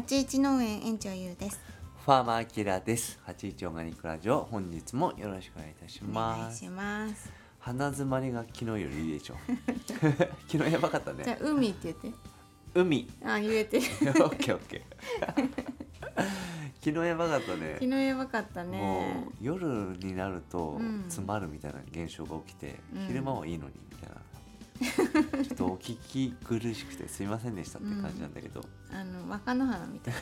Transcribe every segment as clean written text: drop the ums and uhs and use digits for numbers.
81農園園長ゆうです。 ファーマーアキラです。81オーガニックラジオ、本日もよろしくお願いいたしお願います。 します。 鼻詰まりが昨日よりいいでしょ昨日やばかったじゃあね。 海って言って。 海あ、言えてる。 オッケーオッケー昨日やばかったね。 昨日やばかったね。 もう夜になるとうん詰まるみたいな現象が起きて、 うん昼間はいいのにみたいなちょっとお聞き苦しくてすいませんでしたって感じなんだけど、 若野花みたい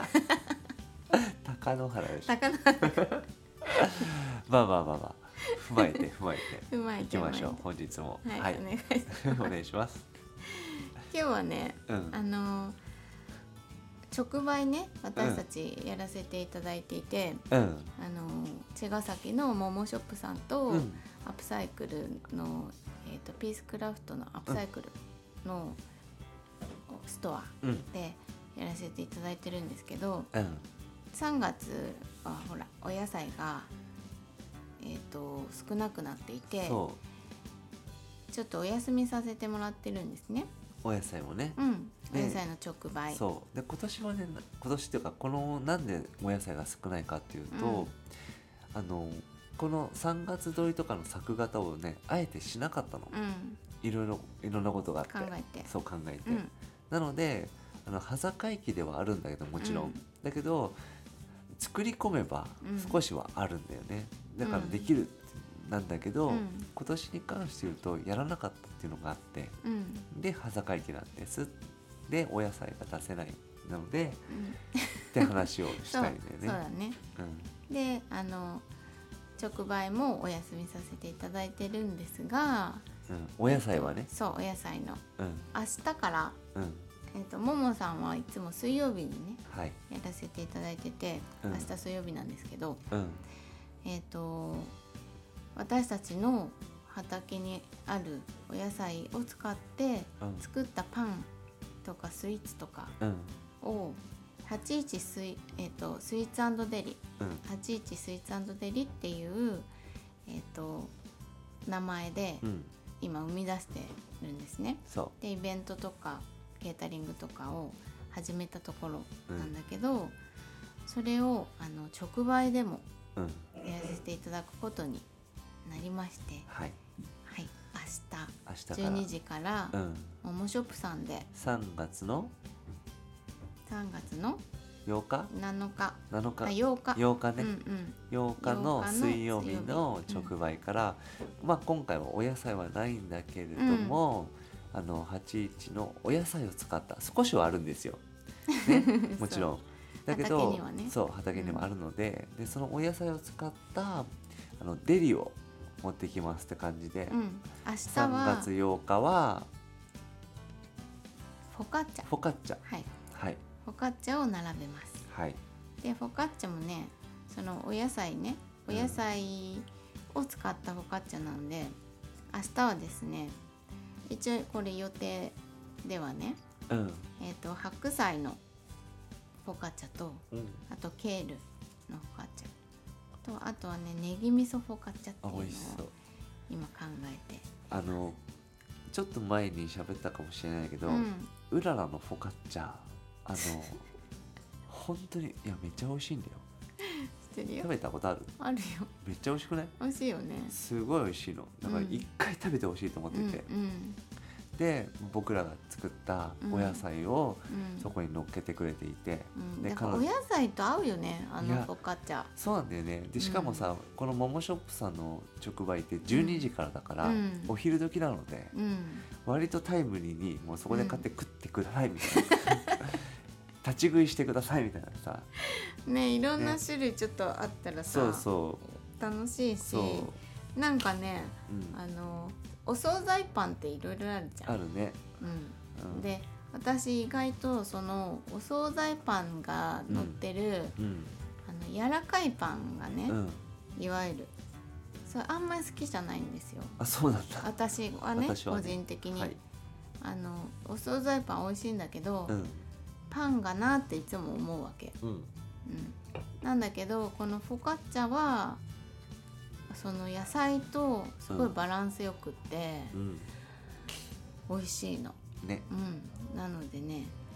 高野原でしょ。 高野花まあ踏まえてうまいいきましょう。本日もはい、お願いしますお願いします。 今日はね、 うん直売ね、私たちやらせていただいていて、 うん茅ヶ崎のモモショップさんと、 うんアップサイクルの、ピースクラフトのアップサイクルのストアうんでやらせていただいてるんですけど、 うん 3月はほらお野菜が、少なくなっていて、 そうちょっとお休みさせてもらってるんですね。 お野菜もね、 お野菜の直売。 そうで今年はね、今年っていうかこのなんでお野菜が少ないかっていうと、この3月取りとかの作型をねあえてしなかったの、いろんなことがあって考えてそう考えて、 うんなので端境期ではあるんだけどもちろん、だけど作り込めば少しはあるんだよね、だからできるなんだけど、今年に関して言うとやらなかったっていうのがあって、で端境期なんですでお野菜が出せないなので、って話をしたいんだよね。 そうだね。で直売もお休みさせていただいてるんですが、 お野菜はね、 そうお野菜の明日からうんももさんはいつも水曜日にねはいやらせていただいてて、明日水曜日なんですけど、私たちの畑にあるお野菜を使って作ったパンとかスイーツとかを81スイーツ&デリ、81スイーツ&デリっていう、名前で今生み出してるんですね。でイベントとかケータリングとかを始めたところなんだけど、それを直売でもやらせていただくことになりまして、明日12時からモモショップさんで 3月の8日 7日 7日 8日ね、8日の水曜日の直売から、今回はお野菜はないんだけれども、81のお野菜を使った少しはあるんですよ、ね、もちろんだけど畑にはね、 そう畑にもあるので、でそのお野菜を使ったデリを持ってきますって感じで、 明日 3 は月8日はフォカッチャ、 フォカッチャフォカッチャを並べます。でフォカッチャもね、そのお野菜ね、お野菜を使ったフォカッチャなんで、明日はですね、一応これ予定ではね、白菜のフォカッチャと、あとケールのフォカッチャと、あとはねネギ味噌フォカッチャっていうのを今考えて、 ちょっと前に喋ったかもしれないけど、うららのフォカッチャ本当にめっちゃ美味しいんだよ。 知ってるよ。 食べたことある？ あるよ。 めっちゃ美味しくない？ 美味しいよね。 すごい美味しいの。だから一回食べてほしいと思ってて、で僕らが作ったお野菜をそこに乗っけてくれていて、 でお野菜と合うよね、フォカッチャ。 そうなんだよね。でしかもさ、このモモショップさんの直売って12時からだから、お昼時なので、割とタイムリーにもうそこで買って食ってくださいみたいな、立ち食いしてくださいみたいなさね、いろんな種類ちょっとあったらさ、楽しいし、なんかね、お惣菜パンっていろいろあるじゃん。 あるね。 で私意外とそのお惣菜パンが乗ってる、柔らかいパンがね、いわゆるそれあんまり好きじゃないんですよ。 あ、そうなんだ。 私はね個人的に、お惣菜パン美味しいんだけど、パンがなっていつも思うわけ、なんだけどこのフォカッチャはその野菜とすごいバランスよくって、美味しいの、なのでね、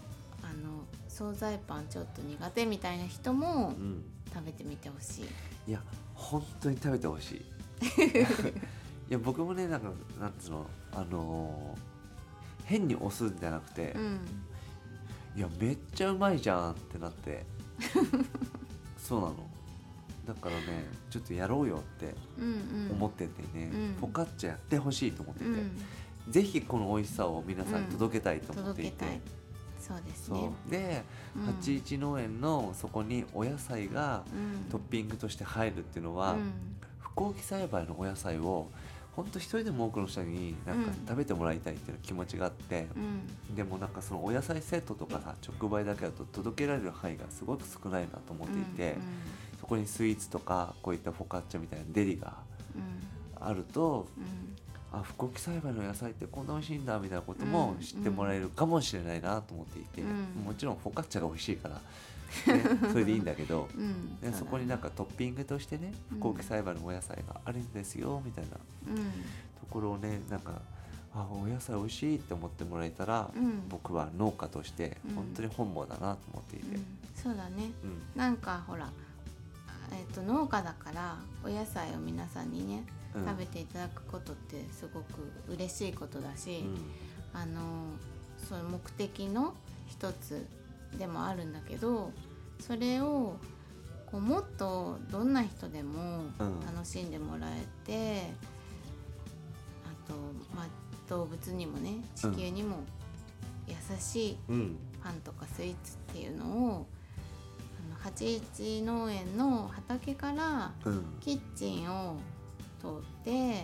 惣菜パンちょっと苦手みたいな人も食べてみてほしい。 いや本当に食べてほしいいや僕もねなんつうの変に押すんじゃなくて、いやめっちゃうまいじゃんってなってそうなの。だからねちょっとやろうよって思っててね、フォカッチャやってほしいと思ってて、ぜひこの美味しさを皆さんに届けたいと思っていて、 そうですね。 で、八一農園のそこにお野菜がトッピングとして入るっていうのは、不耕起栽培のお野菜を本当一人でも多くの人になんか食べてもらいたいっていう気持ちがあって、でもなんかそのお野菜セットとかさ直売だけだと届けられる範囲がすごく少ないなと思っていて、そこにスイーツとかこういったフォカッチャみたいなデリがあると、あ、不耕起栽培の野菜ってこんな美味しいんだみたいなことも知ってもらえるかもしれないなと思っていて、もちろんフォカッチャが美味しいから、ね、それでいいんだけど、でそこになんかトッピングとしてね不耕起栽培のお野菜があるんですよみたいなところをね、なんかお野菜美味しいって思ってもらえたら、僕は農家として本当に本望だなと思っていて、 そうだね、なんかほら、農家だからお野菜を皆さんにね食べていただくことってすごく嬉しいことだし、その目的の一つでもあるんだけど、それをこうもっとどんな人でも楽しんでもらえて、あと、動物にもね地球にも優しいパンとかスイーツっていうのを、八一農園の畑からキッチンを通って、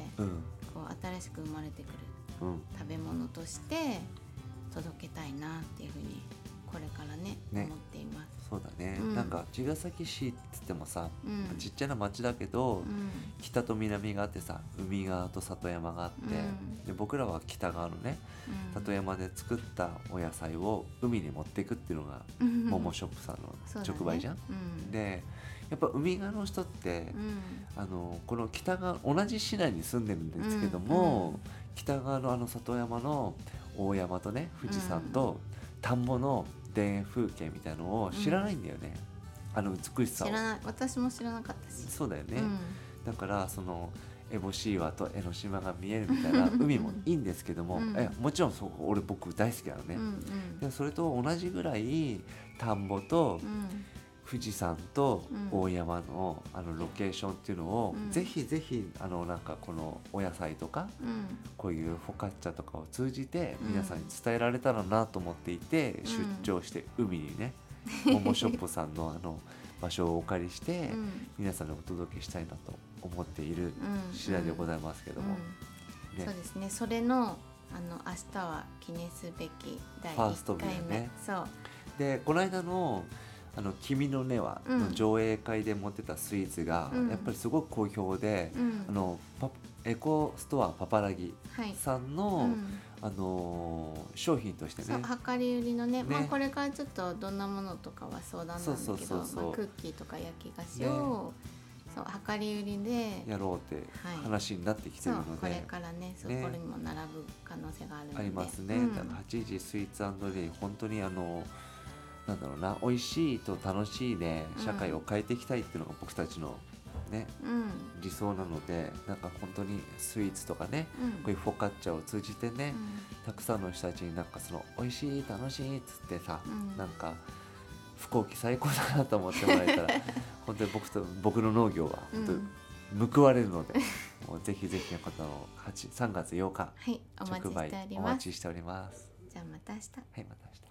こう新しく生まれてくる食べ物として届けたいなっていうふうにこれからね思っています。 そうだね、なんか茅ヶ崎市って言ってもさ、ちっちゃな町だけど、北と南があってさ、海側と里山があって、で僕らは北側のね、里山で作ったお野菜を海に持っていくっていうのが、モモショップさんの直売じゃん、でやっぱ海側の人って、この北側同じ市内に住んでるんですけども、北側の里山の大山とね富士山と田んぼの田園風景みたいのを知らないんだよね、美しさを。 知らない、私も知らなかったし。 そうだよね、だからその烏帽子岩と江ノ島が見えるみたいな海もいいんですけども、もちろん僕大好きなのね、でそれと同じぐらい田んぼと富士山と大山のロケーションっていうのを、ぜひぜひなんかこのお野菜とか、こういうフォカッチャとかを通じて皆さんに伝えられたらなと思っていて、出張して海にね、モモショップさんの場所をお借りして、皆さんにお届けしたいなと思っている次第でございますけども、 そうですね、それの明日は記念すべき第1回目、 ね、 そうでこの間の君の根はの上映会で持ってたスイーツがやっぱりすごく好評で、エコストアパパラギさんの、商品としてね、 量り売りのね、これからちょっとどんなものとかは相談なんだけど、クッキーとか焼き菓子を、量り売りでやろうって話になってきてるので、 これからねそこにも並ぶ可能性があるのでありますね、だから8時スイーツ&デイ本当になんだろうな、美味しいと楽しいで社会を変えていきたいっていうのが僕たちのね、理想なので、なんか本当にスイーツとかね、こういうフォカッチャを通じてね、たくさんの人たちになんかその美味しい楽しいっつってさ、なんか不耕起最高だなと思ってもらえたら本当に僕の農業は本当に報われるので、もうぜひぜひこの3月8日、直売お待ちしております。 じゃあまた明日。 はい、また明日。